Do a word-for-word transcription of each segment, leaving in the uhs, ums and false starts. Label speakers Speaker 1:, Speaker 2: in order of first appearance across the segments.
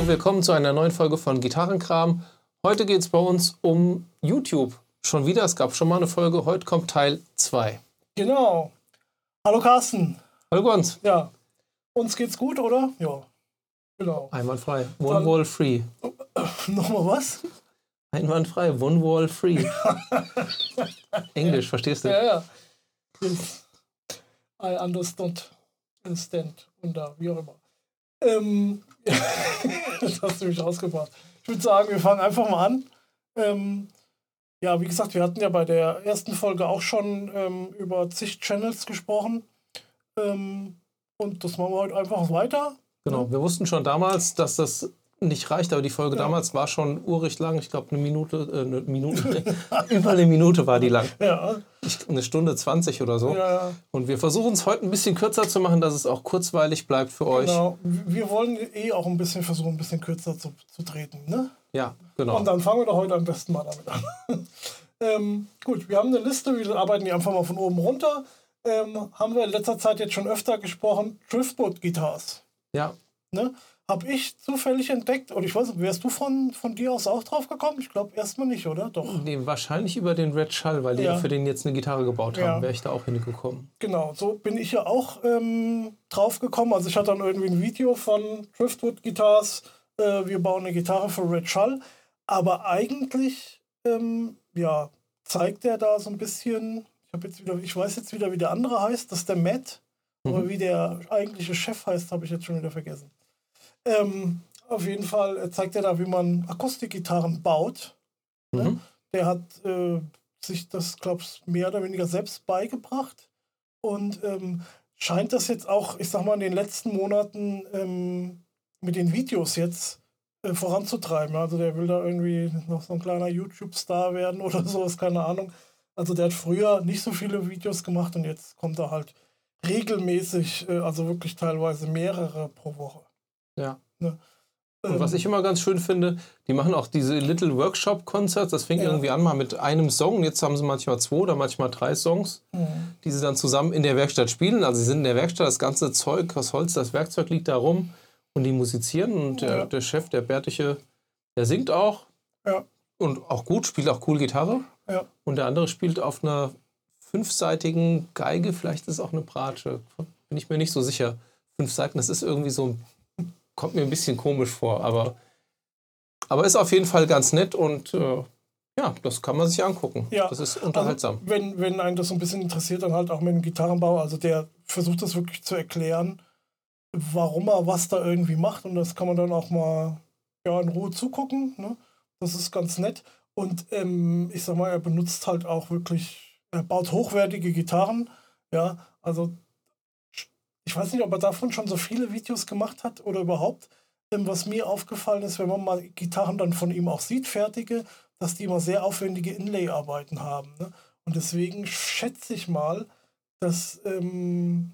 Speaker 1: willkommen zu einer neuen Folge von Gitarrenkram. Heute geht es bei uns um YouTube. Schon wieder, es gab schon mal eine Folge, heute kommt Teil zwei.
Speaker 2: Genau. Hallo Carsten.
Speaker 1: Hallo Gonz.
Speaker 2: Ja, uns geht's gut, oder? Ja, genau.
Speaker 1: Einwandfrei, one wall free.
Speaker 2: Nochmal was?
Speaker 1: Einwandfrei, one wall free. Englisch, verstehst du?
Speaker 2: Ja, ja. Yes. I understand. Understand. Und da, wie auch immer. Ähm, das hast du mich rausgebracht. Ich würde sagen, wir fangen einfach mal an. Ähm, ja, wie gesagt, wir hatten ja bei der ersten Folge auch schon ähm, über zig Channels gesprochen. Ähm, und das machen wir heute einfach weiter.
Speaker 1: Genau, wir wussten schon damals, dass das nicht reicht, aber die Folge ja. damals war schon urig lang. Ich glaube, eine Minute, äh, eine Minute, über eine Minute war die lang.
Speaker 2: Ja.
Speaker 1: Ich, eine Stunde zwanzig oder so.
Speaker 2: Ja.
Speaker 1: Und wir versuchen es heute ein bisschen kürzer zu machen, dass es auch kurzweilig bleibt für euch.
Speaker 2: Genau. Wir wollen eh auch ein bisschen versuchen, ein bisschen kürzer zu, zu treten, ne?
Speaker 1: Ja, genau.
Speaker 2: Und dann fangen wir doch heute am besten mal damit an. ähm, gut, wir haben eine Liste, wir arbeiten die einfach mal von oben runter. Ähm, haben wir in letzter Zeit jetzt schon öfter gesprochen, Driftwood Guitars.
Speaker 1: Ja.
Speaker 2: Ne? Habe ich zufällig entdeckt, oder ich weiß nicht, wärst du von, von dir aus auch drauf gekommen? Ich glaube erstmal nicht, oder? Doch.
Speaker 1: Nee, wahrscheinlich über den Red Shell, weil die ja. für den jetzt eine Gitarre gebaut haben,
Speaker 2: ja.
Speaker 1: wäre ich da auch hingekommen.
Speaker 2: Genau, so bin ich ja auch ähm, drauf gekommen. Also ich hatte dann irgendwie ein Video von Driftwood Guitars, äh, wir bauen eine Gitarre für Red Shell, aber eigentlich ähm, ja, zeigt er da so ein bisschen, ich, hab jetzt wieder, ich weiß jetzt wieder, wie der andere heißt, das ist der Matt, mhm. aber wie der eigentliche Chef heißt, habe ich jetzt schon wieder vergessen. Ähm, auf jeden Fall zeigt er da, wie man Akustikgitarren baut. Mhm. Ne? Der hat äh, sich das, glaube ich, mehr oder weniger selbst beigebracht und ähm, scheint das jetzt auch, ich sag mal, in den letzten Monaten ähm, mit den Videos jetzt äh, voranzutreiben. Also der will da irgendwie noch so ein kleiner YouTube-Star werden oder sowas, keine Ahnung. Also der hat früher nicht so viele Videos gemacht und jetzt kommt er halt regelmäßig, äh, also wirklich teilweise mehrere pro Woche.
Speaker 1: Ja.
Speaker 2: Ne?
Speaker 1: Und
Speaker 2: Ähm,
Speaker 1: was ich immer ganz schön finde, die machen auch diese Little Workshop-Concerts. Das fängt
Speaker 2: ja.
Speaker 1: irgendwie an mal mit einem Song. Jetzt haben sie manchmal zwei oder manchmal drei Songs,
Speaker 2: mhm.
Speaker 1: die sie dann zusammen in der Werkstatt spielen. Also sie sind in der Werkstatt, das ganze Zeug aus Holz, das Werkzeug liegt da rum und die musizieren. Und der,
Speaker 2: ja.
Speaker 1: der Chef, der Bärtige, der singt auch
Speaker 2: ja.
Speaker 1: und auch gut, spielt auch cool Gitarre.
Speaker 2: Ja.
Speaker 1: Und der andere spielt auf einer fünfseitigen Geige, vielleicht ist es auch eine Bratsche. Bin ich mir nicht so sicher. Fünf Seiten, das ist irgendwie so, kommt mir ein bisschen komisch vor, aber, aber ist auf jeden Fall ganz nett und äh, ja, das kann man sich angucken.
Speaker 2: Ja.
Speaker 1: Das ist unterhaltsam.
Speaker 2: Also, wenn, wenn einen das so ein bisschen interessiert, dann halt auch mit dem Gitarrenbau, also der versucht das wirklich zu erklären, warum er was da irgendwie macht und das kann man dann auch mal ja, in Ruhe zugucken, ne? Das ist ganz nett und ähm, ich sag mal, er benutzt halt auch wirklich, er baut hochwertige Gitarren, ja, also ich weiß nicht, ob er davon schon so viele Videos gemacht hat oder überhaupt. Ähm, was mir aufgefallen ist, wenn man mal Gitarren dann von ihm auch sieht, fertige, dass die immer sehr aufwendige Inlay-Arbeiten haben. Ne? Und deswegen schätze ich mal, dass ähm,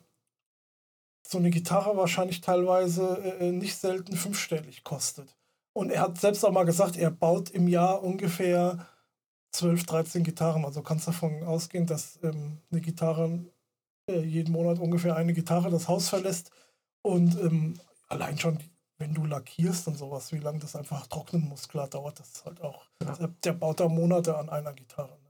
Speaker 2: so eine Gitarre wahrscheinlich teilweise äh, nicht selten fünfstellig kostet. Und er hat selbst auch mal gesagt, er baut im Jahr ungefähr zwölf, dreizehn Gitarren. Also kannst davon ausgehen, dass ähm, eine Gitarre jeden Monat ungefähr eine Gitarre das Haus verlässt und ähm, allein schon, wenn du lackierst und sowas, wie lange das einfach trocknen muss, klar dauert das halt auch. Ja. Der, der baut da Monate an einer Gitarre. Ne?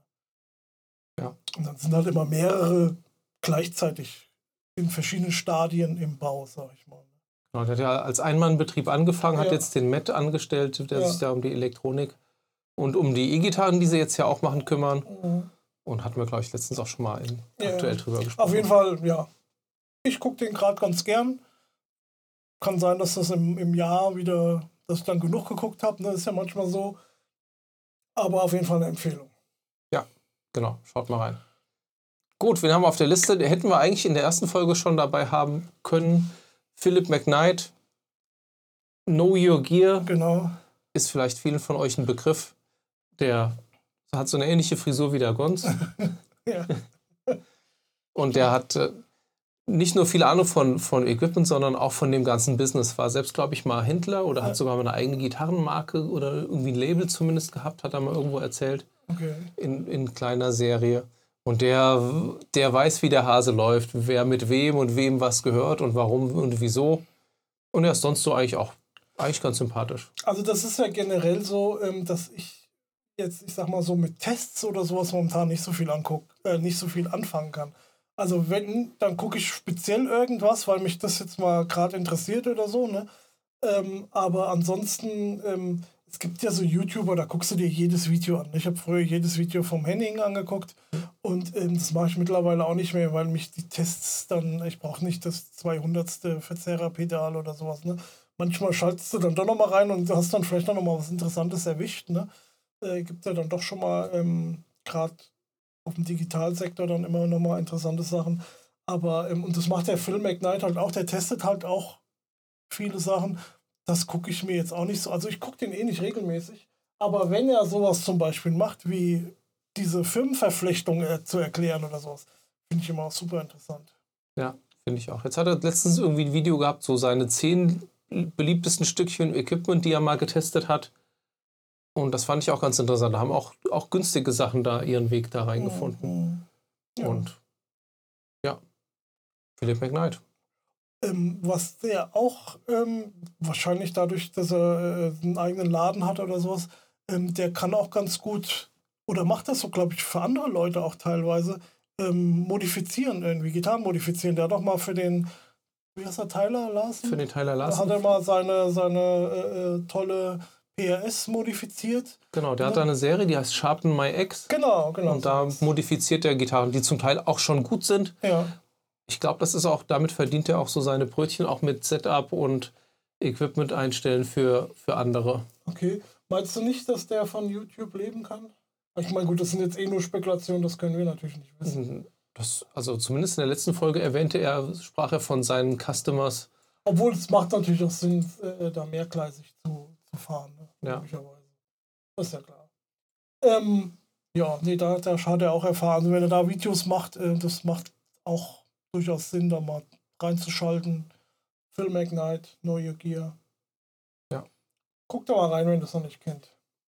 Speaker 1: Ja.
Speaker 2: Und dann sind halt immer mehrere gleichzeitig in verschiedenen Stadien im Bau, sag ich mal.
Speaker 1: Genau, der hat ja als Einmannbetrieb angefangen, hat
Speaker 2: ja.
Speaker 1: jetzt den Matt angestellt, der
Speaker 2: ja.
Speaker 1: sich da um die Elektronik und um die E-Gitarren, die sie jetzt ja auch machen, kümmern.
Speaker 2: Mhm.
Speaker 1: Und hatten wir, glaube ich, letztens auch schon mal in
Speaker 2: ja.
Speaker 1: aktuell drüber gesprochen.
Speaker 2: Auf jeden Fall, ja. Ich gucke den gerade ganz gern. Kann sein, dass das im, im Jahr wieder, dass ich dann genug geguckt habe. Ne? Ist ja manchmal so. Aber auf jeden Fall eine Empfehlung.
Speaker 1: Ja, genau. Schaut mal rein. Gut, wen haben wir auf der Liste? Den hätten wir eigentlich in der ersten Folge schon dabei haben können. Philip McKnight. Know Your Gear.
Speaker 2: Genau.
Speaker 1: Ist vielleicht vielen von euch ein Begriff. Der hat so eine ähnliche Frisur wie der Gonz.
Speaker 2: ja.
Speaker 1: Und der hat äh, nicht nur viel Ahnung von, von Equipment, sondern auch von dem ganzen Business. War selbst, glaube ich, mal Händler oder ja. hat sogar mal eine eigene Gitarrenmarke oder irgendwie ein Label zumindest gehabt, hat er mal irgendwo erzählt.
Speaker 2: Okay.
Speaker 1: In, in kleiner Serie. Und der, der weiß, wie der Hase läuft, wer mit wem und wem was gehört und warum und wieso. Und er ist sonst so eigentlich auch Eigentlich ganz sympathisch.
Speaker 2: Also das ist ja generell so, ähm, dass ich jetzt, ich sag mal so, mit Tests oder sowas momentan nicht so viel anguck, äh, nicht so viel anfangen kann. Also wenn, dann gucke ich speziell irgendwas, weil mich das jetzt mal gerade interessiert oder so, ne? Ähm, aber ansonsten, ähm, es gibt ja so YouTuber, da guckst du dir jedes Video an. Ich habe früher jedes Video vom Henning angeguckt und ähm, das mache ich mittlerweile auch nicht mehr, weil mich die Tests dann, ich brauche nicht das zweihundertste Verzerrerpedal oder sowas, ne? Manchmal schaltest du dann doch nochmal rein und hast dann vielleicht noch mal was Interessantes erwischt, ne? Äh, gibt ja dann doch schon mal, ähm, gerade auf dem Digitalsektor dann immer noch mal interessante Sachen. Aber, ähm, und das macht der Film Ignite halt auch, der testet halt auch viele Sachen. Das gucke ich mir jetzt auch nicht so. Also ich gucke den eh nicht regelmäßig. Aber wenn er sowas zum Beispiel macht, wie diese Firmenverflechtung äh, zu erklären oder sowas, finde ich immer auch super interessant.
Speaker 1: Ja, finde ich auch. Jetzt hat er letztens irgendwie ein Video gehabt, so seine zehn beliebtesten Stückchen Equipment, die er mal getestet hat. Und das fand ich auch ganz interessant. Da haben auch, auch günstige Sachen da ihren Weg da reingefunden.
Speaker 2: Mhm. Ja.
Speaker 1: Und ja, Philipp McKnight.
Speaker 2: Ähm, was der auch ähm, wahrscheinlich dadurch, dass er äh, einen eigenen Laden hat oder sowas, ähm, der kann auch ganz gut, oder macht das so, glaube ich, für andere Leute auch teilweise, ähm, modifizieren irgendwie, Gitarren modifizieren. Der hat auch mal für den, wie heißt der, Tyler Larsen?
Speaker 1: Für den Tyler
Speaker 2: Da
Speaker 1: Larsen.
Speaker 2: hat er mal seine, seine äh, äh, tolle P R S modifiziert.
Speaker 1: Genau, der
Speaker 2: Ja.
Speaker 1: hat da eine Serie, die heißt Sharpen My Ex.
Speaker 2: Genau, genau.
Speaker 1: Und da modifiziert er Gitarren, die zum Teil auch schon gut sind.
Speaker 2: Ja.
Speaker 1: Ich glaube, das ist auch, damit verdient er auch so seine Brötchen, auch mit Setup und Equipment einstellen für, für andere.
Speaker 2: Okay. Meinst du nicht, dass der von YouTube leben kann? Ich meine, gut, das sind jetzt eh nur Spekulationen, das können wir natürlich nicht wissen.
Speaker 1: Das, also zumindest in der letzten Folge erwähnte er, sprach er von seinen Customers.
Speaker 2: Obwohl es macht natürlich auch Sinn, äh, da mehrgleisig zu, zu fahren. Ne?
Speaker 1: Ja.
Speaker 2: Möglicherweise. Das ist ja klar. Ähm, ja, nee, da, da hat er auch erfahren. Also wenn er da Videos macht, äh, das macht auch durchaus Sinn, da mal reinzuschalten. Film Ignite, neue Gear.
Speaker 1: Ja.
Speaker 2: Guckt da mal rein, wenn ihr das noch nicht kennt.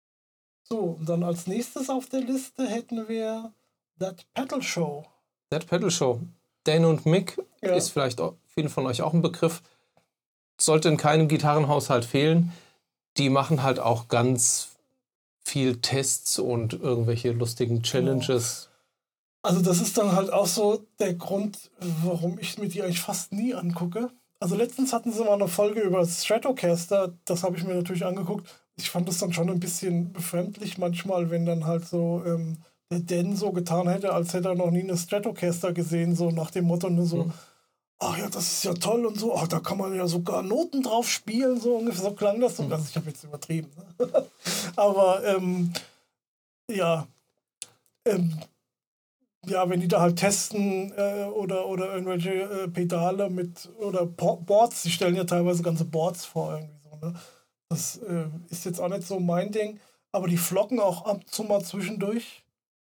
Speaker 2: So, und dann als nächstes auf der Liste hätten wir That Pedal Show.
Speaker 1: That Pedal Show. Dan und Mick
Speaker 2: Ja.
Speaker 1: ist vielleicht auch vielen von euch auch ein Begriff. Sollte in keinem Gitarrenhaushalt fehlen. Die machen halt auch ganz viel Tests und irgendwelche lustigen Challenges.
Speaker 2: Also das ist dann halt auch so der Grund, warum ich mir die eigentlich fast nie angucke. Also letztens hatten sie mal eine Folge über Stratocaster, das habe ich mir natürlich angeguckt. Ich fand das dann schon ein bisschen befremdlich manchmal, wenn dann halt so ähm, der Dan so getan hätte, als hätte er noch nie eine Stratocaster gesehen, so nach dem Motto, ne, so,
Speaker 1: Mhm.
Speaker 2: ach ja, das ist ja toll und so, ach, da kann man ja sogar Noten drauf spielen, so ungefähr, so klang das. Mhm. Also ich habe jetzt übertrieben. Ne? Aber ähm, ja, ähm, ja, wenn die da halt testen äh, oder, oder irgendwelche äh, Pedale mit oder Bo- Boards, die stellen ja teilweise ganze Boards vor irgendwie so, ne? Das äh, ist jetzt auch nicht so mein Ding, aber die flocken auch ab und zu mal zwischendurch.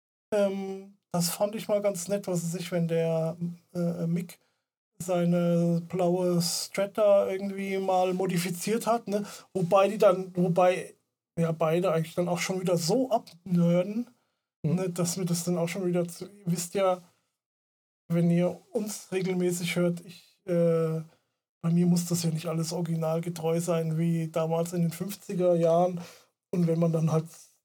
Speaker 2: Ähm, das fand ich mal ganz nett, was es sich, wenn der äh, Mick seine blaue Strata irgendwie mal modifiziert hat, ne? Wobei die dann, wobei ja beide eigentlich dann auch schon wieder so abnörden,
Speaker 1: Mhm.
Speaker 2: ne, dass mir das dann auch schon wieder zu. Ihr wisst ja, wenn ihr uns regelmäßig hört, ich, äh, bei mir muss das ja nicht alles originalgetreu sein wie damals in den fünfziger Jahren. Und wenn man dann halt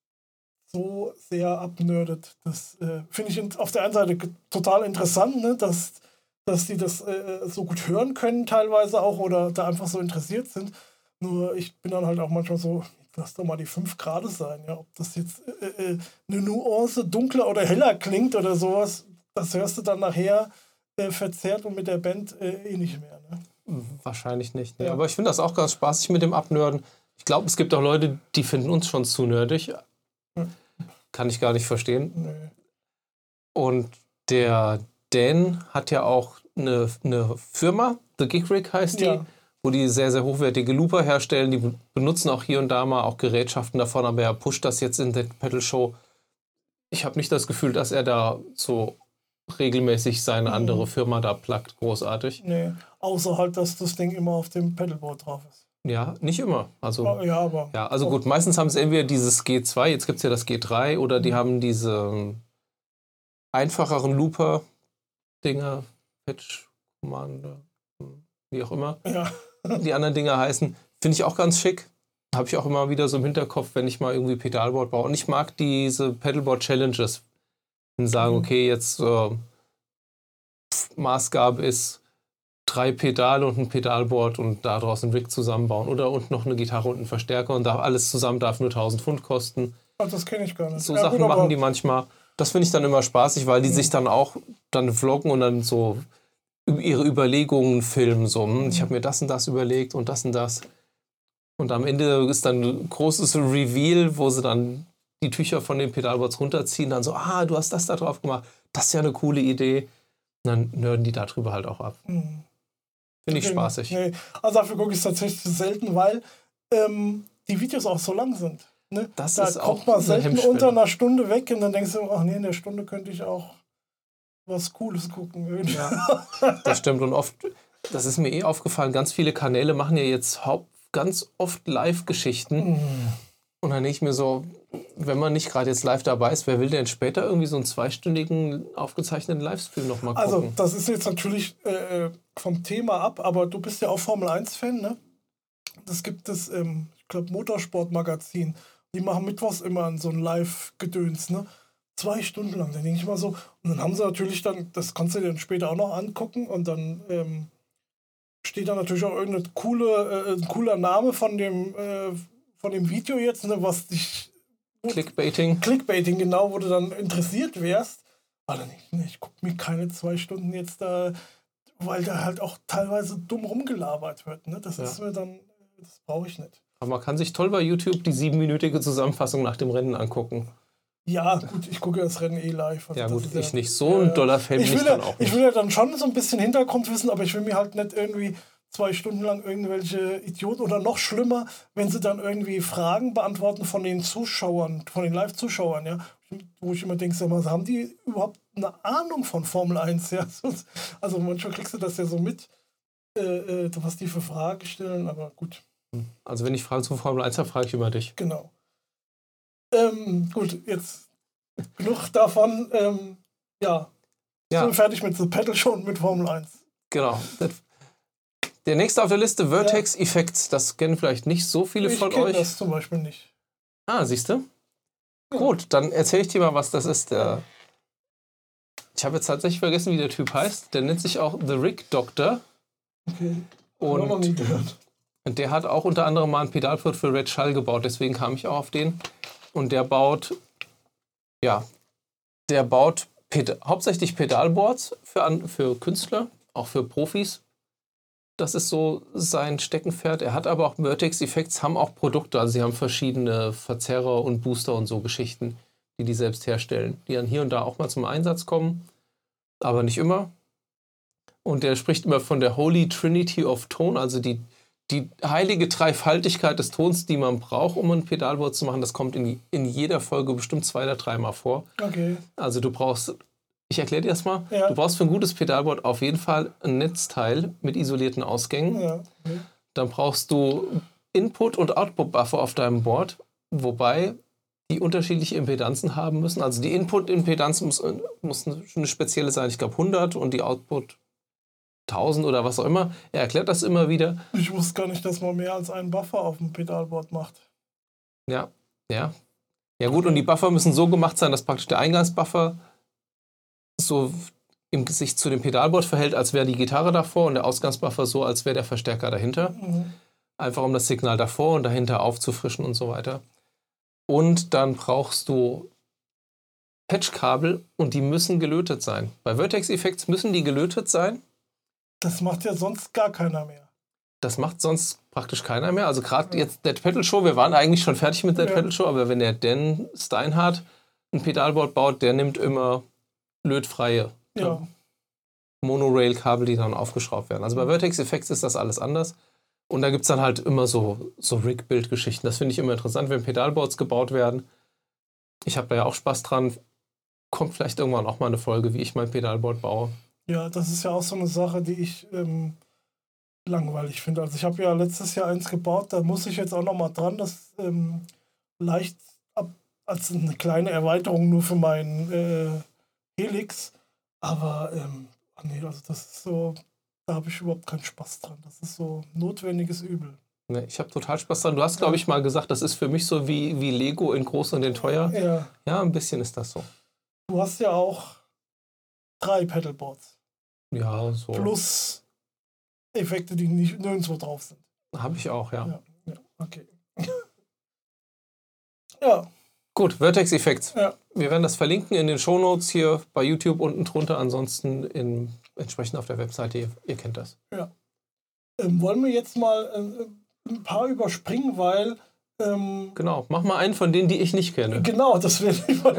Speaker 2: so sehr abnördet, das äh, finde ich auf der einen Seite total interessant, ne, dass, dass die das äh, so gut hören können teilweise auch oder da einfach so interessiert sind. Nur ich bin dann halt auch manchmal so, lass doch mal die fünf Grad sein, ja, ob das jetzt äh, äh, eine Nuance dunkler oder heller klingt oder sowas, das hörst du dann nachher äh, verzerrt und mit der Band äh, eh nicht mehr. Ne?
Speaker 1: Wahrscheinlich nicht. Nee.
Speaker 2: Ja.
Speaker 1: Aber ich finde das auch ganz spaßig mit dem Abnörden. Ich glaube, es gibt auch Leute, die finden uns schon zu nerdig.
Speaker 2: Hm.
Speaker 1: Kann ich gar nicht verstehen.
Speaker 2: Nö.
Speaker 1: Und der Dan hat ja auch eine, eine Firma, The Gig Rig heißt die,
Speaker 2: Ja.
Speaker 1: wo die sehr, sehr hochwertige Looper herstellen. Die benutzen auch hier und da mal auch Gerätschaften davon, aber er pusht das jetzt in der Pedal Show. Ich habe nicht das Gefühl, dass er da so regelmäßig seine
Speaker 2: Mhm.
Speaker 1: andere Firma da pluggt, großartig.
Speaker 2: Nee, außer halt, dass das Ding immer auf dem Pedalboard drauf ist.
Speaker 1: Ja, nicht immer. Also,
Speaker 2: Ah, ja, aber.
Speaker 1: ja, also gut, meistens haben sie entweder dieses G zwei, jetzt gibt es ja das G drei, oder die
Speaker 2: Mhm.
Speaker 1: haben diese ähm, einfacheren Looper-Dinger, Patch, Commander, hm, wie auch immer
Speaker 2: Ja.
Speaker 1: die anderen Dinger heißen. Finde ich auch ganz schick. Habe ich auch immer wieder so im Hinterkopf, wenn ich mal irgendwie Pedalboard baue. Und ich mag diese Pedalboard-Challenges. Und sagen, okay, jetzt äh, Maßgabe ist drei Pedale und ein Pedalboard und daraus ein Rig zusammenbauen. Oder und noch eine Gitarre und einen Verstärker und da alles zusammen darf nur tausend Pfund kosten.
Speaker 2: Ach, das kenne ich gar nicht.
Speaker 1: So
Speaker 2: ja,
Speaker 1: Sachen
Speaker 2: gut,
Speaker 1: machen die manchmal. Das finde ich dann immer spaßig, weil die mhm. sich dann auch dann vloggen und dann so ihre Überlegungen filmen. So, hm, ich habe mir das und das überlegt und das und das. Und am Ende ist dann ein großes Reveal, wo sie dann die Tücher von den Pedalboards runterziehen, dann so, ah, du hast das da drauf gemacht, das ist ja eine coole Idee. Und dann nerden die darüber halt auch ab. Mhm. Finde ich okay. spaßig.
Speaker 2: Nee. Also dafür gucke ich es tatsächlich selten, weil ähm, die Videos auch so lang sind. Ne?
Speaker 1: Das
Speaker 2: da
Speaker 1: ist
Speaker 2: kommt
Speaker 1: auch
Speaker 2: man selten unter einer Stunde weg und dann denkst du, ach nee, in der Stunde könnte ich auch was Cooles gucken.
Speaker 1: Ja, das stimmt. Und oft, das ist mir eh aufgefallen, ganz viele Kanäle machen ja jetzt haupt, ganz oft Live-Geschichten. Mhm. Und dann denke ich mir so, wenn man nicht gerade jetzt live dabei ist, wer will denn später irgendwie so einen zweistündigen aufgezeichneten Livestream noch mal gucken?
Speaker 2: Also das ist jetzt natürlich äh, vom Thema ab, aber du bist ja auch Formel eins Fan, ne? Das gibt es, ähm, ich glaube, Motorsport-Magazin. Die machen mittwochs immer so ein Live-Gedöns, ne? Zwei Stunden lang. Dann denke ich mal so. Und dann haben sie natürlich dann, das kannst du dir dann später auch noch angucken und dann ähm, steht da natürlich auch irgendein coole, äh, ein cooler Name von dem, äh, von dem Video jetzt, ne, was dich...
Speaker 1: Clickbaiting.
Speaker 2: Clickbaiting, genau, wo du dann interessiert wärst. Aber dann ich, ne, ich gucke mir keine zwei Stunden jetzt da, weil da halt auch teilweise dumm rumgelabert wird. Ne? Das ja. ist mir dann, das brauche ich nicht.
Speaker 1: Aber man kann sich toll bei YouTube die siebenminütige Zusammenfassung nach dem Rennen angucken.
Speaker 2: Ja, gut, ich gucke das Rennen eh live. Also
Speaker 1: ja gut, ich
Speaker 2: ja,
Speaker 1: nicht. So ein äh, doller Fan bin ich
Speaker 2: ja,
Speaker 1: dann auch nicht.
Speaker 2: Ich will ja dann schon so ein bisschen Hintergrund wissen, aber ich will mir halt nicht irgendwie zwei Stunden lang irgendwelche Idioten oder noch schlimmer, wenn sie dann irgendwie Fragen beantworten von den Zuschauern, von den Live-Zuschauern, ja, wo ich immer denke, mal, haben die überhaupt eine Ahnung von Formel eins? Ja? Also manchmal kriegst du das ja so mit, äh, was die für Fragen stellen, aber gut.
Speaker 1: Also wenn ich Fragen zu Formel eins habe, frage ich immer dich.
Speaker 2: Genau. Ähm, gut, jetzt genug davon. Ähm, ja, ja. Sind wir fertig mit The Pedal Show und mit Formel eins.
Speaker 1: Genau. Der nächste auf der Liste, Vertex ja. Effects. Das kennen vielleicht nicht so viele
Speaker 2: ich
Speaker 1: von
Speaker 2: euch. Ich
Speaker 1: kenne
Speaker 2: das zum Beispiel nicht.
Speaker 1: Ah, siehst du? Ja. Gut, dann erzähle ich dir mal, was das ist. Der ich habe jetzt tatsächlich vergessen, wie der Typ heißt. Der nennt sich auch The Rig Doctor.
Speaker 2: Okay.
Speaker 1: Und
Speaker 2: noch nie gehört.
Speaker 1: Und der hat auch unter anderem mal ein Pedalboard für Red Shell gebaut. Deswegen kam ich auch auf den. Und der baut, ja, der baut Ped- hauptsächlich Pedalboards für, für Künstler, auch für Profis. Das ist so sein Steckenpferd. Er hat aber auch Vertex Effects, haben auch Produkte. Also sie haben verschiedene Verzerrer und Booster und so Geschichten, die die selbst herstellen, die dann hier und da auch mal zum Einsatz kommen, aber nicht immer. Und der spricht immer von der Holy Trinity of Tone, also die, die heilige Dreifaltigkeit des Tons, die man braucht, um ein Pedalboard zu machen. Das kommt in, in jeder Folge bestimmt zwei oder dreimal vor.
Speaker 2: Okay.
Speaker 1: Also du brauchst... Ich erkläre dir das mal.
Speaker 2: Ja.
Speaker 1: Du brauchst für ein gutes Pedalboard auf jeden Fall ein Netzteil mit isolierten Ausgängen.
Speaker 2: Ja. Okay.
Speaker 1: Dann brauchst du Input- und Output-Buffer auf deinem Board, wobei die unterschiedliche Impedanzen haben müssen. Also die Input-Impedanz muss, muss eine spezielle sein, ich glaube hundert, und die Output tausend oder was auch immer. Er erklärt das immer wieder.
Speaker 2: Ich wusste gar nicht, dass man mehr als einen Buffer auf dem Pedalboard macht.
Speaker 1: Ja, ja. Ja gut, und die Buffer müssen so gemacht sein, dass praktisch der Eingangsbuffer so im Gesicht zu dem Pedalboard verhält, als wäre die Gitarre davor, und der Ausgangsbuffer so, als wäre der Verstärker dahinter.
Speaker 2: Mhm.
Speaker 1: Einfach um das Signal davor und dahinter aufzufrischen und so weiter. Und dann brauchst du Patchkabel, und die müssen gelötet sein. Bei Vertex Effects müssen die gelötet sein.
Speaker 2: Das macht ja sonst gar keiner mehr.
Speaker 1: Das macht sonst praktisch keiner mehr. Also gerade ja. jetzt Dead Pedal Show, wir waren eigentlich schon fertig mit Dead ja. Pedal Show, aber wenn der Dan Steinhardt ein Pedalboard baut, der nimmt immer lötfreie
Speaker 2: ja.
Speaker 1: Monorail-Kabel, die dann aufgeschraubt werden. Also bei Vertex Effects ist das alles anders. Und da gibt es dann halt immer so, so Rig-Build-Geschichten. Das finde ich immer interessant, wenn Pedalboards gebaut werden. Ich habe da ja auch Spaß dran. Kommt vielleicht irgendwann auch mal eine Folge, wie ich mein Pedalboard baue.
Speaker 2: Ja, das ist ja auch so eine Sache, die ich ähm, langweilig finde. Also ich habe ja letztes Jahr eins gebaut, da muss ich jetzt auch noch mal dran, das ähm, leicht ab, als eine kleine Erweiterung nur für meinen äh, Helix, aber ähm, nee, also das ist so, da habe ich überhaupt keinen Spaß dran. Das ist so notwendiges Übel.
Speaker 1: Ne, ich habe total Spaß dran. Du hast, glaube ich, mal gesagt, das ist für mich so wie, wie Lego in groß und in teuer.
Speaker 2: Ja.
Speaker 1: Ja, ein bisschen ist das so.
Speaker 2: Du hast ja auch drei Pedalboards.
Speaker 1: Ja, so.
Speaker 2: Plus Effekte, die nicht nirgendwo drauf sind.
Speaker 1: Habe ich auch, ja.
Speaker 2: Ja, ja, okay. Ja.
Speaker 1: Gut, Vertex Effects.
Speaker 2: Ja.
Speaker 1: Wir werden das verlinken in den Shownotes hier bei YouTube unten drunter. Ansonsten in, entsprechend auf der Webseite. Ihr, ihr kennt das.
Speaker 2: Ja. Ähm, wollen wir jetzt mal äh, ein paar überspringen, weil... Ähm,
Speaker 1: genau, mach mal einen von denen, die ich nicht kenne.
Speaker 2: Genau, das wäre...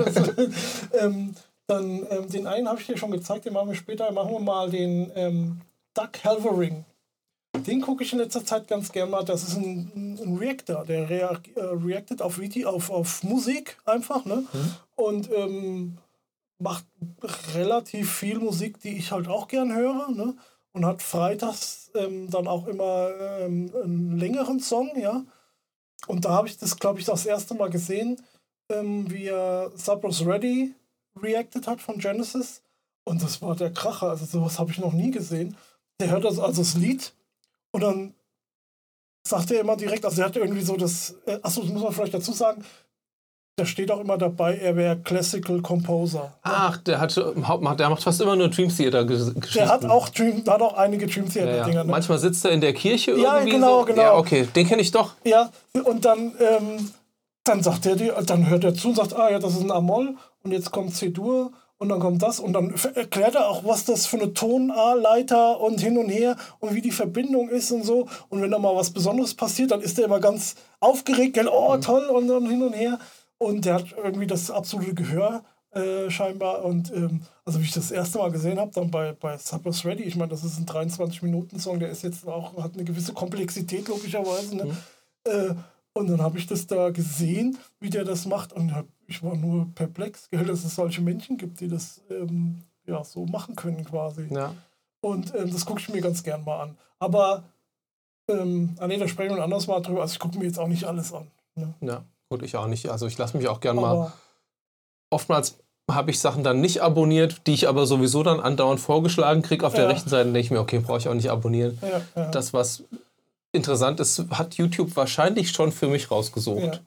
Speaker 2: ähm, dann ähm, den einen habe ich dir schon gezeigt, den machen wir später. Machen wir mal den ähm, Doug Halvoring. Den gucke ich in letzter Zeit ganz gerne mal. Das ist ein, ein Reactor, der rea äh, reactet auf, Video, auf, auf Musik einfach, ne? Mhm. Und ähm, macht relativ viel Musik, die ich halt auch gern höre, ne? Und hat freitags ähm, dann auch immer ähm, einen längeren Song, ja. Und da habe ich das, glaube ich, das erste Mal gesehen, ähm, wie er Subros Ready reacted hat von Genesis. Und das war der Kracher. Also sowas habe ich noch nie gesehen. Der hört das, also das Lied. Und dann sagt er immer direkt, also er hat irgendwie so das, äh, achso, das muss man vielleicht dazu sagen, da steht auch immer dabei, er wäre Classical Composer.
Speaker 1: Ach, der, hat, der macht fast immer nur Dream Theater Geschichten.
Speaker 2: Der hat auch, Dream, hat auch einige Dream Theater Dinger. Ja, ja.
Speaker 1: Ne? Manchmal sitzt er in der Kirche irgendwie.
Speaker 2: Ja, genau,
Speaker 1: so.
Speaker 2: genau.
Speaker 1: Ja, okay, den kenne ich doch.
Speaker 2: Ja, und dann, ähm, dann sagt er, dann hört er zu und sagt, ah ja, das ist ein A-Moll und jetzt kommt C-Dur. Und dann kommt das und dann erklärt er auch, was das für eine Tonleiter und hin und her und wie die Verbindung ist und so. Und wenn da mal was Besonderes passiert, dann ist er immer ganz aufgeregt, oh toll und dann hin und her. Und der hat irgendwie das absolute Gehör äh, scheinbar. Und ähm, also wie ich das erste Mal gesehen habe, dann bei, bei Subros Ready, ich meine, das ist ein dreiundzwanzig-Minuten-Song, der ist jetzt auch, hat eine gewisse Komplexität logischerweise, ne? Mhm. Äh, Und dann habe ich das da gesehen, wie der das macht. Und ich war nur perplex, gell, dass es solche Menschen gibt, die das ähm, ja, so machen können quasi.
Speaker 1: Ja.
Speaker 2: Und ähm, das gucke ich mir ganz gern mal an. Aber, ähm, ah nee, da sprechen wir ein anderes Mal drüber. Also ich gucke mir jetzt auch nicht alles an. Ne?
Speaker 1: Ja, gut, ich auch nicht. Also ich lasse mich auch gern aber mal... Oftmals habe ich Sachen dann nicht abonniert, die ich aber sowieso dann andauernd vorgeschlagen kriege. Auf ja. der rechten Seite denke ich mir, okay, brauche ich auch nicht abonnieren.
Speaker 2: Ja, ja.
Speaker 1: Das, was... interessant ist, hat YouTube wahrscheinlich schon für mich rausgesucht.
Speaker 2: Ja.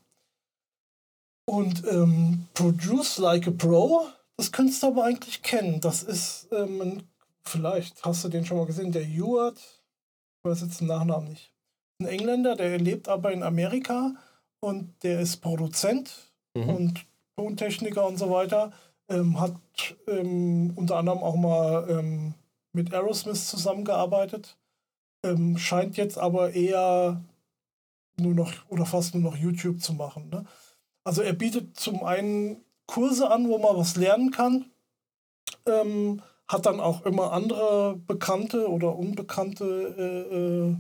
Speaker 2: Und ähm, Produce Like a Pro, das könntest du aber eigentlich kennen. Das ist, ähm, vielleicht hast du den schon mal gesehen, der Ewart, ich weiß jetzt den Nachnamen nicht. Ein Engländer, der lebt aber in Amerika und der ist Produzent mhm. und Tontechniker und so weiter. Ähm, hat ähm, unter anderem auch mal ähm, mit Aerosmith zusammengearbeitet. Ähm, scheint jetzt aber eher nur noch oder fast nur noch YouTube zu machen. Ne? Also er bietet zum einen Kurse an, wo man was lernen kann, ähm, hat dann auch immer andere bekannte oder unbekannte äh, äh,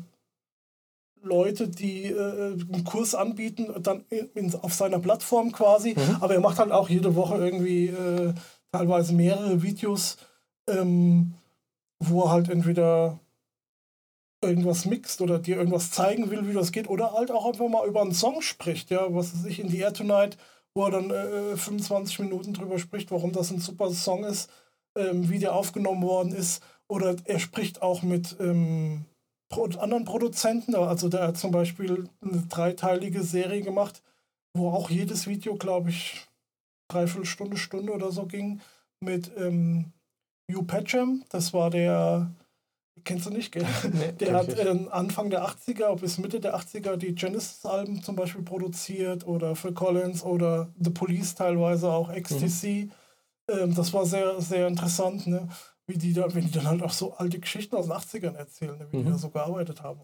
Speaker 2: Leute, die äh, einen Kurs anbieten, dann in, in, auf seiner Plattform quasi. Mhm. Aber er macht halt auch jede Woche irgendwie äh, teilweise mehrere Videos, ähm, wo er halt entweder irgendwas mixt oder dir irgendwas zeigen will, wie das geht, oder halt auch einfach mal über einen Song spricht, ja, was weiß ich, In the Air Tonight, wo er dann äh, fünfundzwanzig Minuten drüber spricht, warum das ein super Song ist, ähm, wie der aufgenommen worden ist, oder er spricht auch mit ähm, Pro- anderen Produzenten, also der hat zum Beispiel eine dreiteilige Serie gemacht, wo auch jedes Video, glaube ich, dreiviertel Stunde, Stunde oder so ging, mit ähm, Hugh Patcham, das war der kennst du nicht, gell? Nee, der hat äh, Anfang der achtziger bis Mitte der achtziger die Genesis-Alben zum Beispiel produziert oder für Collins oder The Police teilweise auch, X T C. Mhm. Ähm, das war sehr, sehr interessant, ne? Wie die da, wenn die dann halt auch so alte Geschichten aus den achtzigern erzählen, ne? Wie mhm. die da so gearbeitet haben.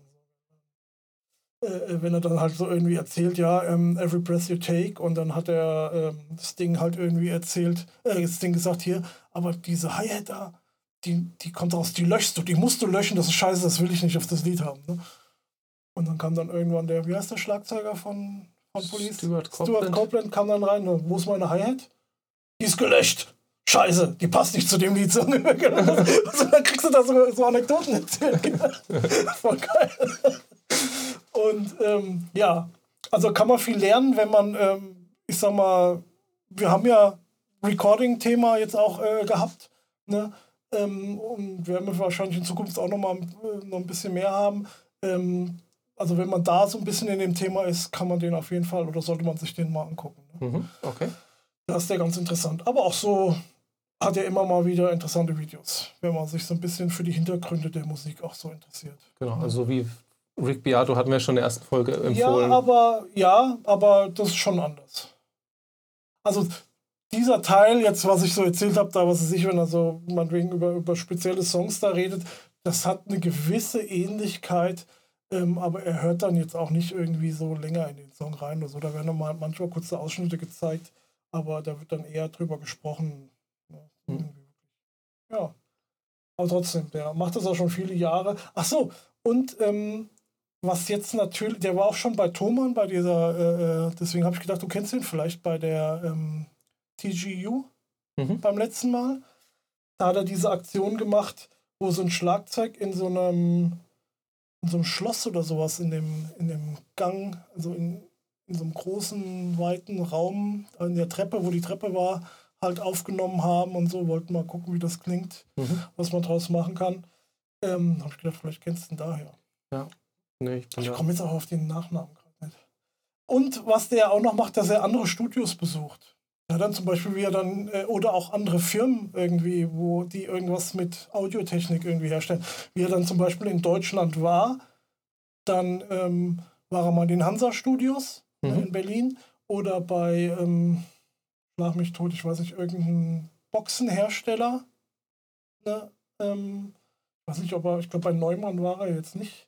Speaker 2: Äh, wenn er dann halt so irgendwie erzählt, ja, um, Every Breath You Take, und dann hat er ähm, das Ding halt irgendwie erzählt, äh, das Ding gesagt hier, aber diese Hi-Hat da, Die, die kommt raus, die löschst du, die musst du löschen, das ist scheiße, das will ich nicht auf das Lied haben. Ne? Und dann kam dann irgendwann der, wie heißt der Schlagzeuger von, von Police?
Speaker 1: Stuart Copeland.
Speaker 2: Stuart Copeland kam dann rein, und, wo ist meine Hi-Hat? Die ist gelöscht. Scheiße, die passt nicht zu dem Lied. Also, dann kriegst du da so, so Anekdoten erzählt. Voll geil. Und ähm, ja, also kann man viel lernen, wenn man, ähm, ich sag mal, wir haben ja Recording-Thema jetzt auch äh, gehabt, ne? Ähm, und werden wir wahrscheinlich in Zukunft auch noch mal äh, noch ein bisschen mehr haben. Ähm, also wenn man da so ein bisschen in dem Thema ist, kann man den auf jeden Fall oder sollte man sich den mal angucken. Ne?
Speaker 1: Mhm, okay.
Speaker 2: Das ist der ganz interessant. Aber auch so hat er immer mal wieder interessante Videos, wenn man sich so ein bisschen für die Hintergründe der Musik auch so interessiert.
Speaker 1: Genau, also wie Rick Beato hatten wir schon in der ersten Folge empfohlen.
Speaker 2: Ja, aber, ja, aber das ist schon anders. Also dieser Teil, jetzt was ich so erzählt habe, da was weiß ich, wenn er so meinetwegen über, über spezielle Songs da redet, das hat eine gewisse Ähnlichkeit, ähm, aber er hört dann jetzt auch nicht irgendwie so länger in den Song rein oder so. Da werden dann mal manchmal kurze Ausschnitte gezeigt, aber da wird dann eher drüber gesprochen. Ja,
Speaker 1: Hm.
Speaker 2: ja. Aber trotzdem, der macht das auch schon viele Jahre. Ach so, und ähm, was jetzt natürlich, der war auch schon bei Thomann, bei dieser, äh, deswegen habe ich gedacht, du kennst ihn vielleicht bei der ähm, T G U
Speaker 1: Mhm.
Speaker 2: beim letzten Mal. Da hat er diese Aktion gemacht, wo so ein Schlagzeug in so einem, in so einem Schloss oder sowas, in dem, in dem Gang, also in, in so einem großen, weiten Raum, in der Treppe, wo die Treppe war, halt aufgenommen haben und so, wollten mal gucken, wie das klingt,
Speaker 1: Mhm.
Speaker 2: was man draus machen kann. Ähm, habe ich gedacht, vielleicht kennst du ihn daher.
Speaker 1: Ja. Nee, ich bin
Speaker 2: Ich
Speaker 1: da.
Speaker 2: komme jetzt auch auf den Nachnamen gerade nicht. Und was der auch noch macht, dass er andere Studios besucht. Ja, dann zum Beispiel, wie er dann, äh, oder auch andere Firmen irgendwie, wo die irgendwas mit Audiotechnik irgendwie herstellen. Wie er dann zum Beispiel in Deutschland war, dann ähm, war er mal in den Hansa-Studios
Speaker 1: Mhm.
Speaker 2: ne, in Berlin oder bei, ähm, schlag mich tot, ich weiß nicht, irgendein Boxenhersteller. Ne, ähm, ich weiß nicht, ob er, ich glaube, bei Neumann war er jetzt nicht.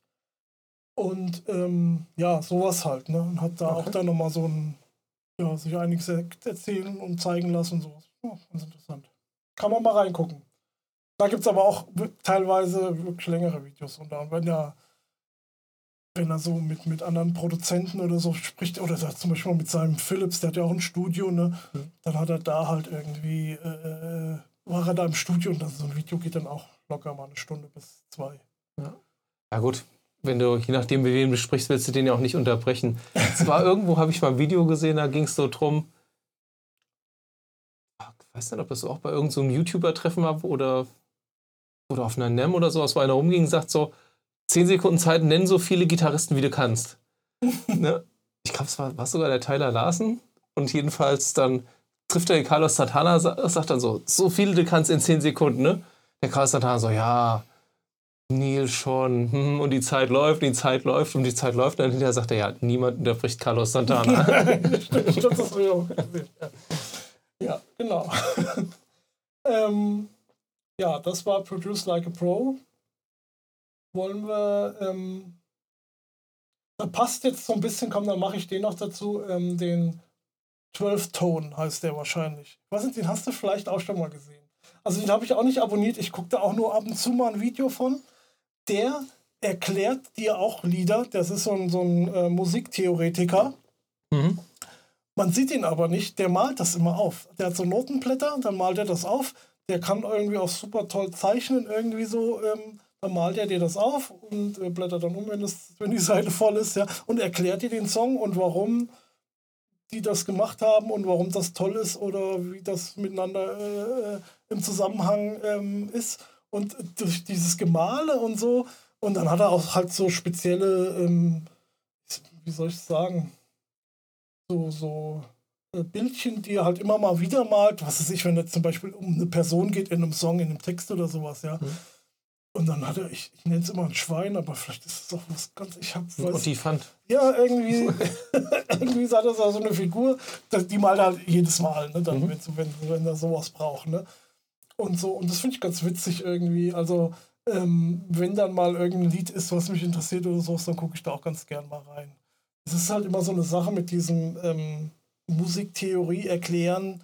Speaker 2: Und ähm, ja, sowas halt, ne? Und hat da
Speaker 1: Okay.
Speaker 2: auch dann nochmal so ein, ja, sich einiges erzählen und zeigen lassen und sowas. Ja, ganz interessant. Kann man mal reingucken. Da gibt es aber auch teilweise wirklich längere Videos. Und da, wenn er, wenn er so mit, mit anderen Produzenten oder so spricht, oder da zum Beispiel mit seinem Philips, der hat ja auch ein Studio, ne?
Speaker 1: Mhm.
Speaker 2: Dann hat er da halt irgendwie, äh, war er da im Studio und das, so ein Video geht dann auch locker mal eine Stunde bis zwei.
Speaker 1: Ja. Ja gut, wenn du, je nachdem, wie wen du sprichst, willst du den ja auch nicht unterbrechen. Es war irgendwo, habe ich mal ein Video gesehen, da ging es so drum, ich weiß nicht, ob das auch bei irgendeinem so YouTuber-Treffen war oder, oder auf einer NEM oder sowas, wo einer rumging und sagt so, zehn Sekunden Zeit, nenn so viele Gitarristen, wie du kannst. Ne? Ich glaube, es war, war sogar der Tyler Larsen. Und jedenfalls dann trifft er den Carlos Santana, sagt dann so, so viele du kannst in zehn Sekunden, ne? Der Carlos Santana so, ja, Neil schon, hm, und die Zeit läuft, die Zeit läuft und die Zeit läuft. Und dann hinterher sagt er, ja, niemand unterbricht Carlos Santana.
Speaker 2: Stimmt, stimmt, das habe ich auch gesehen. Ja, ja genau. ähm, ja, das war Produce Like a Pro. Wollen wir, ähm, da passt jetzt so ein bisschen, komm, dann mache ich den noch dazu, ähm, den zwölf Tone heißt der wahrscheinlich. Ich weiß nicht, den hast du vielleicht auch schon mal gesehen. Also den habe ich auch nicht abonniert, ich gucke da auch nur ab und zu mal ein Video von. Der erklärt dir auch Lieder, das ist so ein, so ein äh, Musiktheoretiker.
Speaker 1: Mhm.
Speaker 2: Man sieht ihn aber nicht, der malt das immer auf. Der hat so Notenblätter, dann malt er das auf. Der kann irgendwie auch super toll zeichnen, irgendwie so. Ähm, dann malt er dir das auf und äh, blättert dann um, wenn, das, wenn die Seite voll ist, ja. Und erklärt dir den Song und warum die das gemacht haben und warum das toll ist oder wie das miteinander äh, im Zusammenhang ähm, ist. Und durch dieses Gemale und so. Und dann hat er auch halt so spezielle, ähm, wie soll ich sagen, so, so äh, Bildchen, die er halt immer mal wieder malt. Was weiß ich, wenn es zum Beispiel um eine Person geht in einem Song, in einem Text oder sowas, ja.
Speaker 1: Mhm.
Speaker 2: Und dann hat er, ich, ich nenne es immer ein Schwein, aber vielleicht ist es auch was ganz, ich habe
Speaker 1: Und die fand.
Speaker 2: ja, irgendwie, irgendwie ist das auch so eine Figur, das, die malt halt jedes Mal, ne, dann,
Speaker 1: Mhm.
Speaker 2: wenn, wenn, wenn er sowas braucht, ne. Und so, und das finde ich ganz witzig irgendwie. Also, ähm, wenn dann mal irgendein Lied ist, was mich interessiert oder sowas, dann gucke ich da auch ganz gern mal rein. Es ist halt immer so eine Sache mit diesem ähm, Musiktheorie erklären.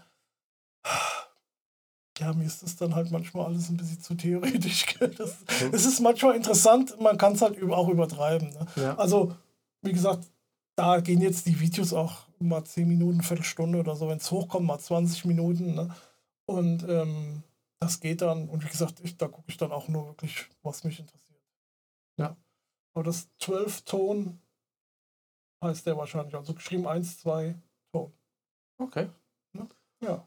Speaker 2: Ja, mir ist das dann halt manchmal alles ein bisschen zu theoretisch. Das,
Speaker 1: Mhm.
Speaker 2: es ist manchmal interessant, man kann es halt üb- auch übertreiben. Ne?
Speaker 1: Ja.
Speaker 2: Also, wie gesagt, da gehen jetzt die Videos auch mal zehn Minuten, Viertelstunde oder so, wenn es hochkommt, mal zwanzig Minuten. Ne? Und ähm, das geht dann. Und wie gesagt, ich, da gucke ich dann auch nur wirklich, was mich interessiert.
Speaker 1: Ja.
Speaker 2: Aber das zwölf Ton heißt der wahrscheinlich. Also geschrieben eins, zwei Ton.
Speaker 1: Okay.
Speaker 2: Ja.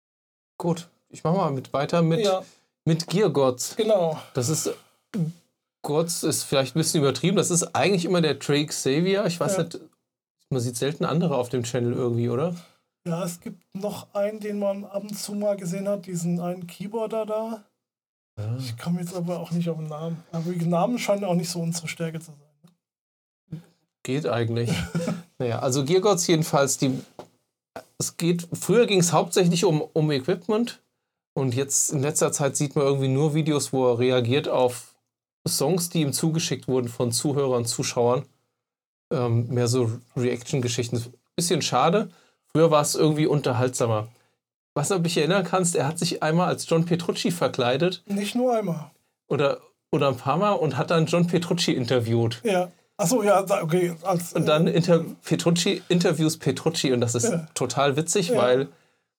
Speaker 1: Gut. Ich mache mal mit weiter mit,
Speaker 2: Ja,
Speaker 1: mit Gear Gods.
Speaker 2: genau.
Speaker 1: Das ist Gott ist vielleicht ein bisschen übertrieben. Das ist eigentlich immer der Trey Xavier. Ich weiß
Speaker 2: Ja.
Speaker 1: nicht, man sieht selten andere auf dem Channel irgendwie, oder?
Speaker 2: Ja, es gibt noch einen, den man ab und zu mal gesehen hat, diesen einen Keyboarder da.
Speaker 1: Ja.
Speaker 2: Ich komme jetzt aber auch nicht auf den Namen. Aber die Namen scheinen auch nicht so unsere Stärke zu sein.
Speaker 1: Geht eigentlich. Naja, also Geargods jedenfalls, die, es geht, früher ging es hauptsächlich um, um Equipment und jetzt in letzter Zeit sieht man irgendwie nur Videos, wo er reagiert auf Songs, die ihm zugeschickt wurden von Zuhörern, Zuschauern. Ähm, mehr so Reaction-Geschichten. Bisschen schade. Früher war es irgendwie unterhaltsamer. Was du dich erinnern kannst, er hat sich einmal als John Petrucci verkleidet.
Speaker 2: Nicht nur einmal.
Speaker 1: Oder, oder ein paar Mal und hat dann John Petrucci interviewt.
Speaker 2: Ja. Achso, ja, okay. Als,
Speaker 1: Und dann inter Petrucci, Interviews Petrucci und das ist
Speaker 2: Ja.
Speaker 1: total witzig,
Speaker 2: Ja.
Speaker 1: weil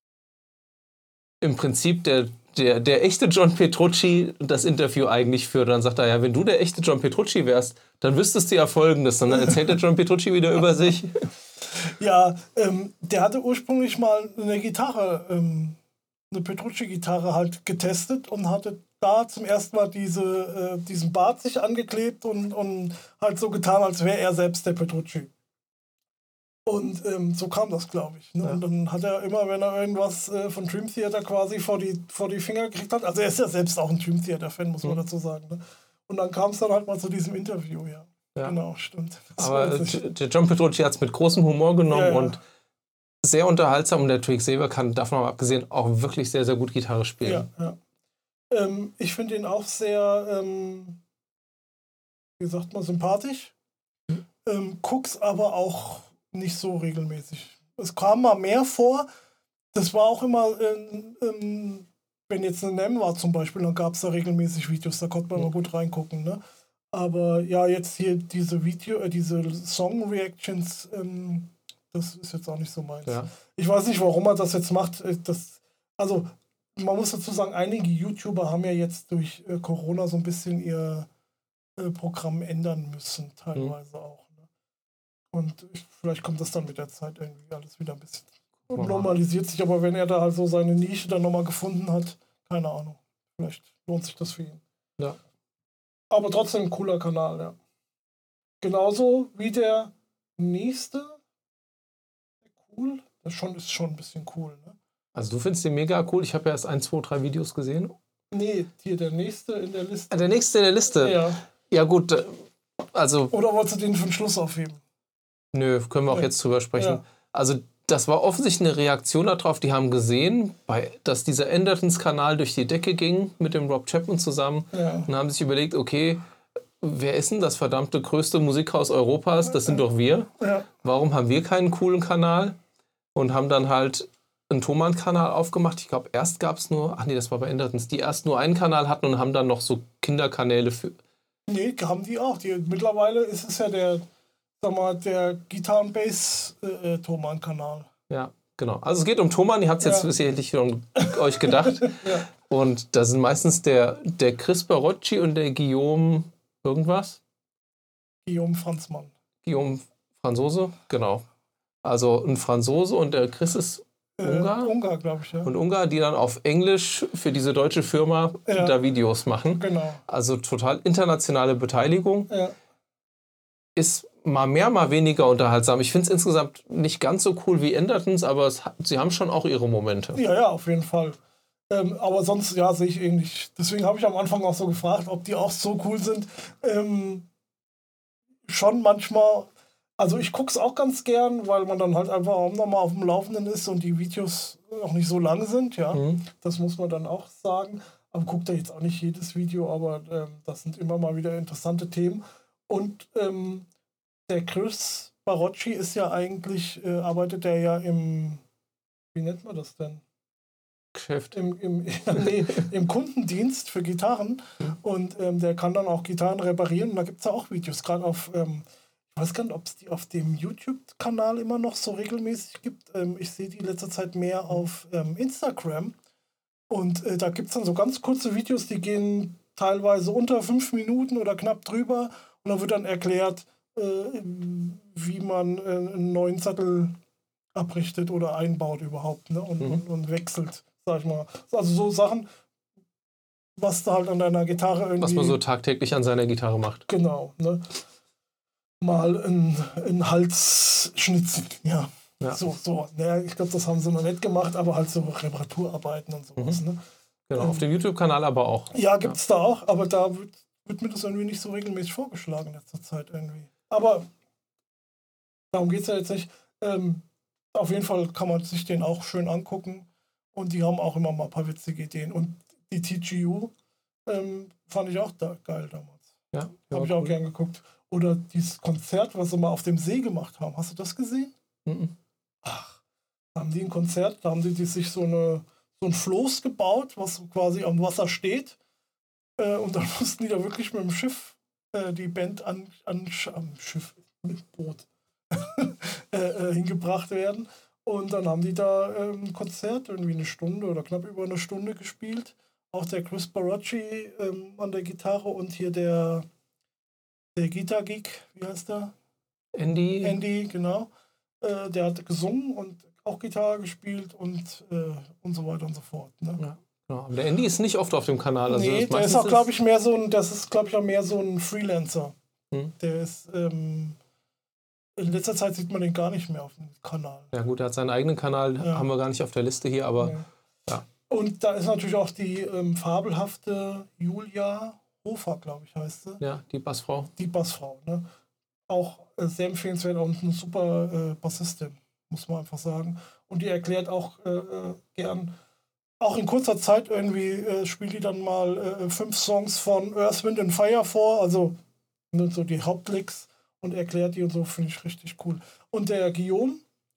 Speaker 1: im Prinzip der, der, der echte John Petrucci das Interview eigentlich führt. Und dann sagt er, ja, wenn du der echte John Petrucci wärst, dann wüsstest du ja Folgendes. Und dann erzählt der John Petrucci wieder über sich.
Speaker 2: Ja, ähm, der hatte ursprünglich mal eine Gitarre, ähm, eine Petrucci-Gitarre halt getestet und hatte da zum ersten Mal diese, äh, diesen Bart sich angeklebt und, und halt so getan, als wäre er selbst der Petrucci. Und ähm, so kam das, glaube ich. Ne?
Speaker 1: Ja.
Speaker 2: Und dann hat er immer, wenn er irgendwas äh, von Dream Theater quasi vor die, vor die Finger gekriegt hat, also er ist ja selbst auch ein Dream Theater-Fan, muss man
Speaker 1: Mhm.
Speaker 2: dazu sagen. Ne? Und dann kam es dann halt mal zu diesem Interview, ja.
Speaker 1: Ja.
Speaker 2: Genau, stimmt. Das
Speaker 1: Aber
Speaker 2: weiß ich.
Speaker 1: der John Petrucci hat es mit großem Humor genommen
Speaker 2: Ja, ja.
Speaker 1: und sehr unterhaltsam. Und der Trey Xavier kann, davon mal abgesehen, auch wirklich sehr, sehr gut Gitarre spielen.
Speaker 2: Ja, ja. Ähm, ich finde ihn auch sehr, ähm, wie sagt man, sympathisch.
Speaker 1: Mhm.
Speaker 2: Ähm, guck's aber auch nicht so regelmäßig. Es kam mal mehr vor. Das war auch immer, ähm, ähm, wenn jetzt eine N E M war zum Beispiel, dann gab es da regelmäßig Videos, da konnte man
Speaker 1: Mhm.
Speaker 2: mal gut reingucken. Ne? Aber ja, jetzt hier diese Video, äh, diese Song-Reactions, ähm, das ist jetzt auch nicht so meins.
Speaker 1: Ja.
Speaker 2: Ich weiß nicht, warum er das jetzt macht. Äh, Das, also, man muss dazu sagen, einige YouTuber haben ja jetzt durch äh, Corona so ein bisschen ihr äh, Programm ändern müssen, teilweise
Speaker 1: Mhm.
Speaker 2: auch. Ne? Und ich, vielleicht kommt das dann mit der Zeit irgendwie alles wieder ein bisschen
Speaker 1: Gucken wir mal.
Speaker 2: normalisiert sich. Aber wenn er da halt so seine Nische dann nochmal gefunden hat, keine Ahnung. Vielleicht lohnt sich das für ihn.
Speaker 1: Ja.
Speaker 2: Aber trotzdem ein cooler Kanal, ja. Genauso wie der nächste. Cool. Das schon, ist schon ein bisschen cool, ne?
Speaker 1: Also du findest den mega cool. Ich habe ja erst ein, zwei, drei Videos gesehen.
Speaker 2: Nee, hier der nächste in der Liste.
Speaker 1: Ah, der nächste in der Liste.
Speaker 2: Ja.
Speaker 1: Ja gut, äh, also
Speaker 2: Oder wolltest du den für den Schluss aufheben?
Speaker 1: nö, können wir auch
Speaker 2: Ja.
Speaker 1: jetzt drüber sprechen.
Speaker 2: Ja.
Speaker 1: Also das war offensichtlich eine Reaktion darauf. Die haben gesehen, bei, dass dieser Andertons-Kanal durch die Decke ging mit dem Rob Chapman zusammen
Speaker 2: Ja.
Speaker 1: und haben sich überlegt, okay, wer ist denn das verdammte größte Musikhaus Europas? Das sind doch wir.
Speaker 2: Ja.
Speaker 1: Warum haben wir keinen coolen Kanal? Und haben dann halt einen Thomann-Kanal aufgemacht. Ich glaube, erst gab es nur, ach nee, das war bei Andertons, die erst nur einen Kanal hatten und haben dann noch so Kinderkanäle für.
Speaker 2: Nee, haben die auch. Die, mittlerweile ist es ja der, sag mal, der Guitar and Bass äh, äh, Thomann-Kanal.
Speaker 1: Ja, genau. Also es geht um Thomann, ihr habt es jetzt
Speaker 2: Ja.
Speaker 1: sicherlich schon euch gedacht.
Speaker 2: Ja.
Speaker 1: Und da sind meistens der, der Chris Barocci und der Guillaume irgendwas.
Speaker 2: Guillaume Franzmann.
Speaker 1: Guillaume Franzose, genau. Also ein Franzose und der Chris ist Ungar?
Speaker 2: Äh, Ungar, glaube ich, ja.
Speaker 1: und Ungar, die dann auf Englisch für diese deutsche Firma
Speaker 2: Ja.
Speaker 1: da Videos machen.
Speaker 2: Genau.
Speaker 1: Also total internationale Beteiligung.
Speaker 2: Ja.
Speaker 1: Ist mal mehr, mal weniger unterhaltsam. Ich finde es insgesamt nicht ganz so cool wie Andertons, aber es hat, sie haben schon auch ihre Momente.
Speaker 2: Ja, ja, auf jeden Fall. Ähm, aber sonst, ja, sehe ich ähnlich. Deswegen habe ich am Anfang auch so gefragt, ob die auch so cool sind. Ähm, schon manchmal, also ich gucke es auch ganz gern, weil man dann halt einfach auch nochmal auf dem Laufenden ist und die Videos auch nicht so lang sind, ja.
Speaker 1: Mhm.
Speaker 2: Das muss man dann auch sagen. Aber guckt da jetzt auch nicht jedes Video, aber ähm, das sind immer mal wieder interessante Themen. Und ähm, der Chris Barocci ist ja eigentlich, äh, arbeitet der ja im, wie nennt man das denn?
Speaker 1: Geschäft.
Speaker 2: Im, im, nee, im Kundendienst für Gitarren. Und ähm, der kann dann auch Gitarren reparieren. Und da gibt es ja auch Videos, gerade auf, ähm, ich weiß gar nicht, ob es die auf dem YouTube-Kanal immer noch so regelmäßig gibt. Ähm, ich sehe die in letzter Zeit mehr auf ähm, Instagram. Und äh, da gibt es dann so ganz kurze Videos, die gehen teilweise unter fünf Minuten oder knapp drüber. Und dann wird dann erklärt, äh, wie man äh, einen neuen Sattel abrichtet oder einbaut überhaupt, ne? und,
Speaker 1: Mhm.
Speaker 2: und, und wechselt, sag ich mal. Also so Sachen, was da halt an deiner Gitarre irgendwie...
Speaker 1: Was man so tagtäglich an seiner Gitarre macht.
Speaker 2: Genau, ne? Mal einen Hals schnitzen, ja. ja. So, so. Ja, ich glaube, das haben sie noch nicht gemacht, aber halt so Reparaturarbeiten und sowas, mhm. ne?
Speaker 1: Genau, ähm, auf dem YouTube-Kanal aber auch.
Speaker 2: Ja, gibt's ja. da auch, aber da wird, wird mir das irgendwie nicht so regelmäßig vorgeschlagen in letzter Zeit irgendwie. Aber darum geht's ja jetzt nicht. Ähm, auf jeden Fall kann man sich den auch schön angucken und die haben auch immer mal ein paar witzige Ideen. Und die T G U ähm, fand ich auch da geil damals.
Speaker 1: Ja,
Speaker 2: habe
Speaker 1: ja,
Speaker 2: ich auch
Speaker 1: cool.
Speaker 2: gern geguckt. Oder dieses Konzert, was sie mal auf dem See gemacht haben. Hast du das gesehen?
Speaker 1: Mhm.
Speaker 2: Ach, da haben die ein Konzert, da haben die, die sich so, eine, so ein Floß gebaut, was quasi am Wasser steht. Äh, und dann mussten die da wirklich mit dem Schiff äh, die Band an, an am Schiff, mit Boot äh, äh, hingebracht werden. Und dann haben die da äh, ein Konzert, irgendwie eine Stunde oder knapp über eine Stunde gespielt. Auch der Chris Baracci ähm, an der Gitarre und hier der Der Guitar-Geek, wie heißt der?
Speaker 1: Andy.
Speaker 2: Andy, genau. Äh, der hat gesungen und auch Gitarre gespielt und, äh, und so weiter und so fort. Ne?
Speaker 1: Ja, genau. Aber der Andy ist nicht oft auf dem Kanal. Also
Speaker 2: nee, der ist auch, glaube ich, mehr so ein, das ist, glaube ich, auch mehr so ein Freelancer. Hm. Der ist, ähm, in letzter Zeit sieht man den gar nicht mehr auf dem Kanal.
Speaker 1: Ja gut, er hat seinen eigenen Kanal, ja. haben wir gar nicht auf der Liste hier, aber
Speaker 2: nee.
Speaker 1: ja.
Speaker 2: Und da ist natürlich auch die ähm, fabelhafte Julia Hofer, glaube ich, heißt sie.
Speaker 1: Ja, die Bassfrau.
Speaker 2: Die Bassfrau, ne? Auch äh, sehr empfehlenswert und eine super äh, Bassistin, muss man einfach sagen. Und die erklärt auch äh, äh, gern, auch in kurzer Zeit irgendwie äh, spielt die dann mal äh, fünf Songs von Earth, Wind and Fire vor, also ne, so die Hauptlicks und erklärt die und so, finde ich richtig cool. Und der Guillaume,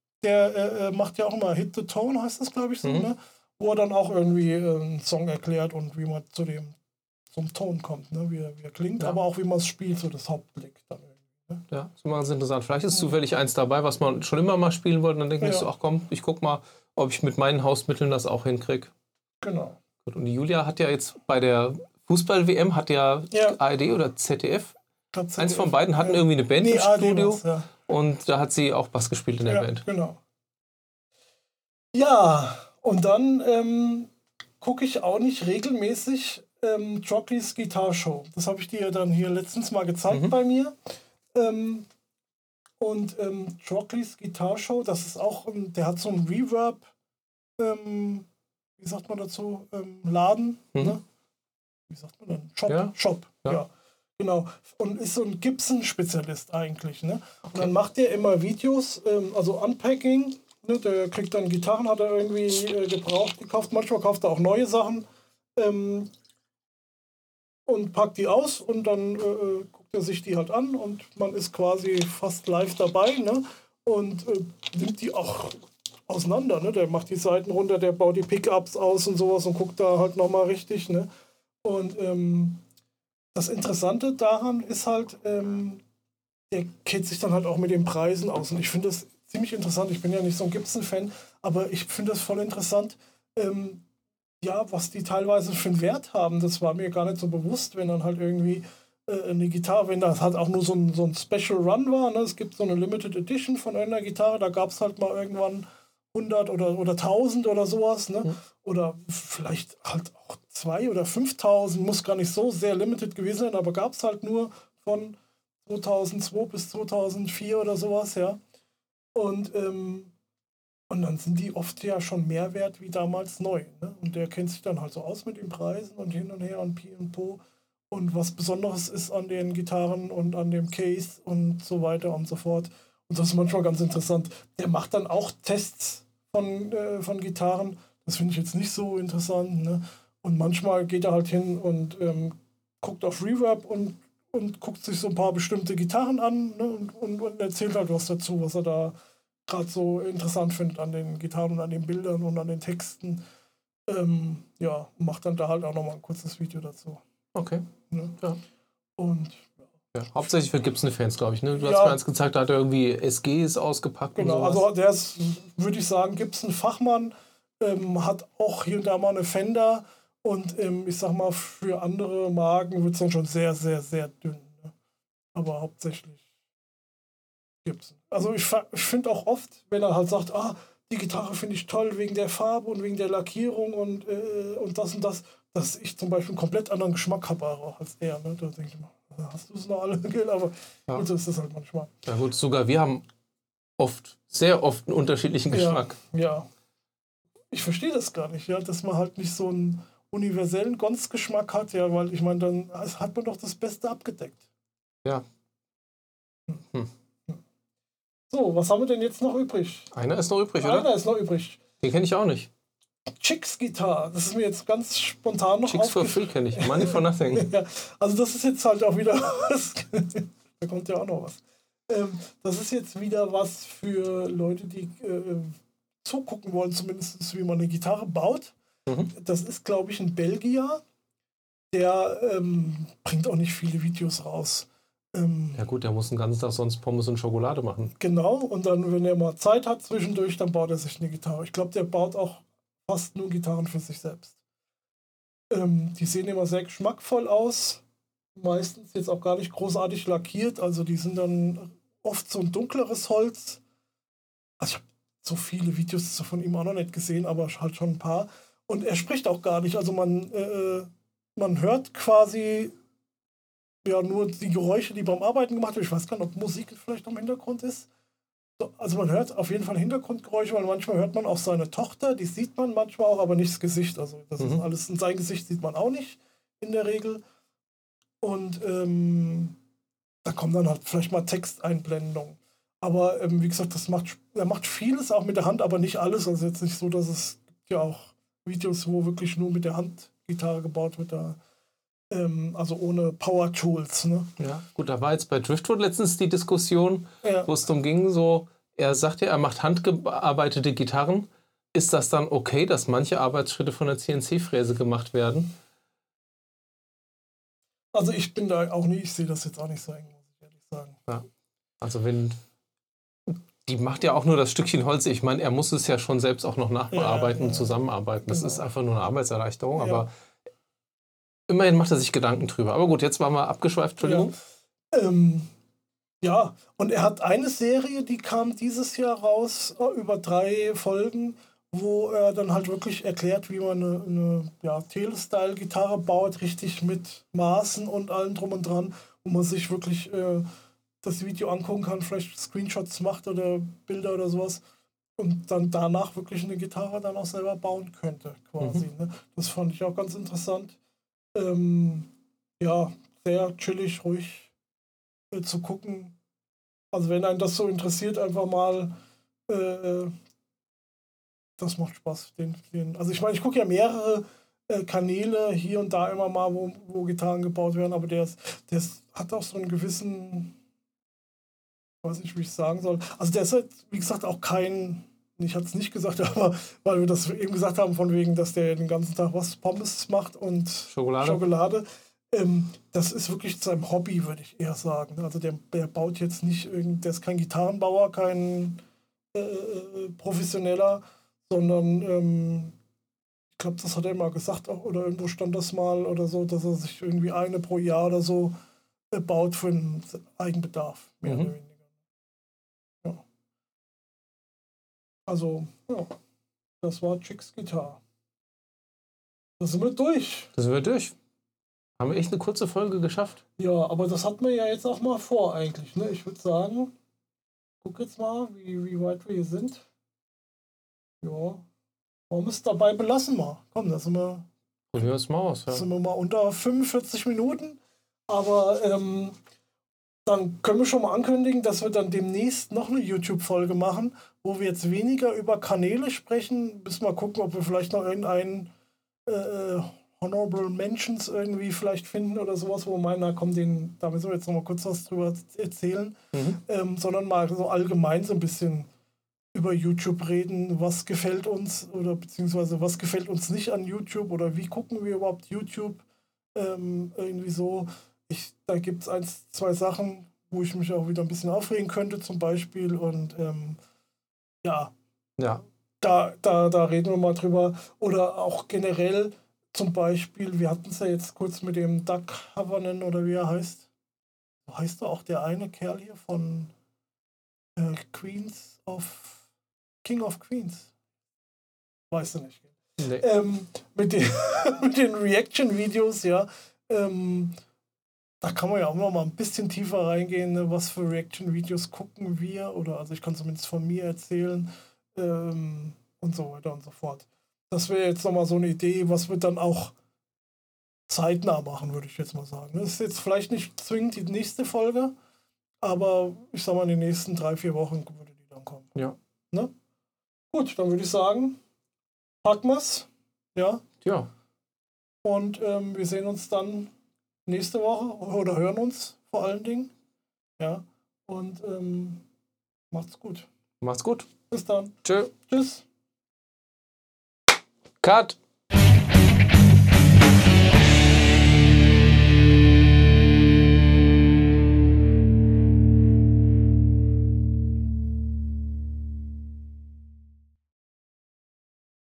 Speaker 2: der äh, macht ja auch immer Hit the Tone, heißt das, glaube ich, so, mhm. ne? Wo er dann auch irgendwie äh, einen Song erklärt und wie man zu dem zum Ton kommt, ne? wie, er, wie er klingt, ja. aber auch wie man es spielt, so das Hauptblick dann irgendwie. Ne?
Speaker 1: Ja, das ist immer ganz interessant. Vielleicht ist zufällig eins dabei, was man schon immer mal spielen wollte, und dann denke ich ja. so, ach komm, ich guck mal, ob ich mit meinen Hausmitteln das auch hinkriege.
Speaker 2: Genau.
Speaker 1: Gut, und die Julia hat ja jetzt bei der Fußball-W M, hat ja, ja. A R D oder Z D F, Z D F, eins von beiden hatten ja. irgendwie eine Band nee, im Studio ja. und da hat sie auch Bass gespielt in der
Speaker 2: ja,
Speaker 1: Band.
Speaker 2: Genau. Ja, und dann ähm, gucke ich auch nicht regelmäßig Ähm, Jockeys Guitar Show. Das habe ich dir dann hier letztens mal gezeigt mhm. bei mir. Ähm, und ähm, Jockeys Guitar Show, das ist auch, ähm, der hat so einen Reverb, ähm, wie sagt man dazu, ähm, Laden, mhm. ne? Wie sagt man dann? Shop, ja. Shop, ja. ja. Genau. Und ist so ein Gibson-Spezialist eigentlich, ne? Okay. Und dann macht der immer Videos, ähm, also Unpacking, ne? Der kriegt dann Gitarren, hat er irgendwie äh, gebraucht, gekauft. Manchmal kauft er auch neue Sachen. Ähm, und packt die aus und dann äh, guckt er sich die halt an und man ist quasi fast live dabei, ne? Und äh, nimmt die auch auseinander, ne? Der macht die Seiten runter, der baut die Pickups aus und sowas und guckt da halt nochmal richtig, ne? Und ähm, das Interessante daran ist halt, ähm, der kennt sich dann halt auch mit den Preisen aus und ich finde das ziemlich interessant. Ich bin ja nicht so ein Gibson-Fan, aber ich finde das voll interessant, ähm, ja, was die teilweise für einen Wert haben, das war mir gar nicht so bewusst, wenn dann halt irgendwie äh, eine Gitarre, wenn das halt auch nur so ein, so ein Special Run war, ne? Es gibt so eine Limited Edition von einer Gitarre, da gab es halt mal irgendwann hundert oder, oder tausend oder sowas, ne? Mhm. Oder vielleicht halt auch zwei oder fünftausend, muss gar nicht so sehr limited gewesen sein, aber gab es halt nur von zweitausendzwei bis zweitausendvier oder sowas, ja. Und ähm, Und dann sind die oft ja schon mehr wert wie damals neu. Ne? Und der kennt sich dann halt so aus mit den Preisen und hin und her und Pi und Po. Und was Besonderes ist an den Gitarren und an dem Case und so weiter und so fort. Und das ist manchmal ganz interessant. Der macht dann auch Tests von, äh, von Gitarren. Das finde ich jetzt nicht so interessant. Ne? Und manchmal geht er halt hin und ähm, guckt auf Reverb und, und guckt sich so ein paar bestimmte Gitarren an, ne? und, und, und erzählt halt was dazu, was er da gerade so interessant findet an den Gitarren und an den Bildern und an den Texten. Ähm, ja, macht dann da halt auch nochmal ein kurzes Video dazu.
Speaker 1: Okay.
Speaker 2: Ne?
Speaker 1: Ja.
Speaker 2: Und
Speaker 1: ja, hauptsächlich für Gibson-Fans, glaube ich. Ne? Du
Speaker 2: ja,
Speaker 1: hast mir eins gezeigt, da hat er irgendwie S Gs ausgepackt.
Speaker 2: Genau,
Speaker 1: und sowas.
Speaker 2: Also der ist, würde ich sagen, Gibson-Fachmann, ähm, hat auch hier und da mal eine Fender und ähm, ich sag mal, für andere Marken wird es dann schon sehr, sehr, sehr dünn. Ne? Aber hauptsächlich Gibson. Also ich, ich finde auch oft, wenn er halt sagt, ah, die Gitarre finde ich toll wegen der Farbe und wegen der Lackierung und, äh, und das und das, dass ich zum Beispiel einen komplett anderen Geschmack habe auch als er. Ne? Da denke ich mal, hast du es noch alle, aber
Speaker 1: Ja.
Speaker 2: gut, so ist das halt manchmal.
Speaker 1: Ja gut, sogar wir haben oft, sehr oft einen unterschiedlichen Geschmack.
Speaker 2: Ja, ja. Ich verstehe das gar nicht, ja, dass man halt nicht so einen universellen Gons-Geschmack hat, ja, weil ich meine, dann hat man doch das Beste abgedeckt.
Speaker 1: Ja. Hm.
Speaker 2: So, was haben wir denn jetzt noch übrig?
Speaker 1: Einer ist noch übrig, oder?
Speaker 2: Einer ist noch übrig.
Speaker 1: Den kenne ich auch nicht.
Speaker 2: Chicks Guitar, das ist mir jetzt ganz spontan noch
Speaker 1: Chicks for free kenne ich, Money for nothing.
Speaker 2: Ja, also das ist jetzt halt auch wieder was, da kommt ja auch noch was. Ähm, das ist jetzt wieder was für Leute, die äh, zugucken wollen, zumindest wie man eine Gitarre baut.
Speaker 1: Mhm.
Speaker 2: Das ist, glaube ich, ein Belgier, der ähm, bringt auch nicht viele Videos raus. Ähm,
Speaker 1: Ja gut, der muss den ganzen Tag sonst Pommes und Schokolade machen.
Speaker 2: Genau, und dann, wenn er mal Zeit hat zwischendurch, dann baut er sich eine Gitarre. Ich glaube, der baut auch fast nur Gitarren für sich selbst. Ähm, die sehen immer sehr geschmackvoll aus. Meistens jetzt auch gar nicht großartig lackiert. Also die sind dann oft so ein dunkleres Holz. Also ich habe so viele Videos von ihm auch noch nicht gesehen, aber halt schon ein paar. Und er spricht auch gar nicht. Also man, äh, man hört quasi ja nur die Geräusche, die beim Arbeiten gemacht werden. Ich weiß gar nicht, ob Musik vielleicht im Hintergrund ist. Also man hört auf jeden Fall Hintergrundgeräusche, weil manchmal hört man auch seine Tochter, die sieht man manchmal auch, aber nicht das Gesicht. Also das
Speaker 1: Mhm.
Speaker 2: ist alles, in sein Gesicht sieht man auch nicht in der Regel. Und ähm, da kommen dann halt vielleicht mal Texteinblendungen. Aber ähm, wie gesagt, das macht, er macht vieles auch mit der Hand, aber nicht alles. Also jetzt nicht so, dass es gibt ja auch Videos, wo wirklich nur mit der Hand Gitarre gebaut wird, da, ähm, also ohne Power Tools. Ne?
Speaker 1: Ja, gut, da war jetzt bei Driftwood letztens die Diskussion,
Speaker 2: Ja.
Speaker 1: wo es darum ging, so, er sagt ja, er macht handgearbeitete Gitarren. Ist das dann okay, dass manche Arbeitsschritte von der C N C-Fräse gemacht werden?
Speaker 2: Also ich bin da auch nicht, ich sehe das jetzt auch nicht so eng, muss ich ehrlich sagen.
Speaker 1: Ja. Also wenn, die macht ja auch nur das Stückchen Holz. Ich meine, er muss es ja schon selbst auch noch nachbearbeiten
Speaker 2: Ja, ja,
Speaker 1: und zusammenarbeiten. Das
Speaker 2: genau.
Speaker 1: ist einfach nur eine Arbeitserleichterung,
Speaker 2: Ja.
Speaker 1: aber immerhin macht er sich Gedanken drüber. Aber gut, jetzt waren wir abgeschweift, Entschuldigung.
Speaker 2: Ja. Ähm, ja, und er hat eine Serie, die kam dieses Jahr raus, über drei Folgen, wo er dann halt wirklich erklärt, wie man eine, eine ja, Tele-Style-Gitarre baut, richtig mit Maßen und allem drum und dran, wo man sich wirklich äh, das Video angucken kann, vielleicht Screenshots macht oder Bilder oder sowas und dann danach wirklich eine Gitarre dann auch selber bauen könnte, quasi.
Speaker 1: Mhm.
Speaker 2: Ne? Das fand ich auch ganz interessant. Ähm, ja, sehr chillig, ruhig äh, zu gucken. Also wenn einen das so interessiert, einfach mal äh, das macht Spaß. Den, den. Also ich meine, ich gucke ja mehrere äh, Kanäle hier und da immer mal, wo, wo Gitarren gebaut werden, aber der, ist, der ist, hat auch so einen gewissen, ich weiß nicht, wie ich es sagen soll. Also der ist halt, wie gesagt, auch kein, ich hatte es nicht gesagt, aber weil wir das eben gesagt haben, von wegen, dass der den ganzen Tag was Pommes macht und
Speaker 1: Schokolade.
Speaker 2: Schokolade. Ähm, das ist wirklich sein Hobby, würde ich eher sagen. Also der, der baut jetzt nicht irgend, der ist kein Gitarrenbauer, kein äh, äh, professioneller, sondern ähm, ich glaube, das hat er mal gesagt, auch, oder irgendwo stand das mal oder so, dass er sich irgendwie eine pro Jahr oder so äh, baut für einen Eigenbedarf, mehr
Speaker 1: Mhm.
Speaker 2: oder weniger. Ja. Also, ja, das war Chicks Guitar. Da sind wir durch.
Speaker 1: Da sind wir durch. Haben wir echt eine kurze Folge geschafft?
Speaker 2: Ja, aber das hatten wir ja jetzt auch mal vor eigentlich. Ne? Ich würde sagen, guck jetzt mal, wie, wie weit wir hier sind. Ja, wollen wir es dabei belassen mal. Komm, da sind wir,
Speaker 1: Probieren wir es mal aus. Ja.
Speaker 2: sind wir mal unter fünfundvierzig Minuten. Aber ähm, dann können wir schon mal ankündigen, dass wir dann demnächst noch eine YouTube-Folge machen, wo wir jetzt weniger über Kanäle sprechen. Müssen wir gucken, ob wir vielleicht noch irgendeinen äh, Honorable Mentions irgendwie vielleicht finden oder sowas, wo wir meinen, na komm, den, da müssen wir jetzt noch mal kurz was drüber erzählen.
Speaker 1: Mhm.
Speaker 2: Ähm, sondern mal so allgemein so ein bisschen über YouTube reden, was gefällt uns oder beziehungsweise was gefällt uns nicht an YouTube oder wie gucken wir überhaupt YouTube ähm, irgendwie so. Ich, da gibt es eins, zwei Sachen, wo ich mich auch wieder ein bisschen aufregen könnte zum Beispiel und ähm, ja,
Speaker 1: Ja.
Speaker 2: da, da, da reden wir mal drüber. Oder auch generell zum Beispiel, wir hatten es ja jetzt kurz mit dem Doug Havanen oder wie er heißt. So heißt er auch der eine Kerl hier von äh, Queens of King of Queens. Weißt du nicht.
Speaker 1: Nee.
Speaker 2: Ähm, mit, den, mit den Reaction-Videos, ja. Ähm, da kann man ja auch noch mal ein bisschen tiefer reingehen, ne? Was für Reaction-Videos gucken wir. Oder also ich kann zumindest von mir erzählen. Ähm, und so weiter und so fort. Das wäre jetzt nochmal so eine Idee, was wir dann auch zeitnah machen, würde ich jetzt mal sagen. Das ist jetzt vielleicht nicht zwingend die nächste Folge, aber ich sag mal, in den nächsten drei, vier Wochen würde die dann kommen.
Speaker 1: Ja.
Speaker 2: Ne? Gut, dann würde ich sagen, packen wir's. Ja.
Speaker 1: Ja.
Speaker 2: Und ähm, wir sehen uns dann nächste Woche oder hören uns vor allen Dingen. Ja. Und ähm, macht's gut.
Speaker 1: Macht's gut.
Speaker 2: Bis dann.
Speaker 1: Tschö.
Speaker 2: Tschüss.
Speaker 1: Cut.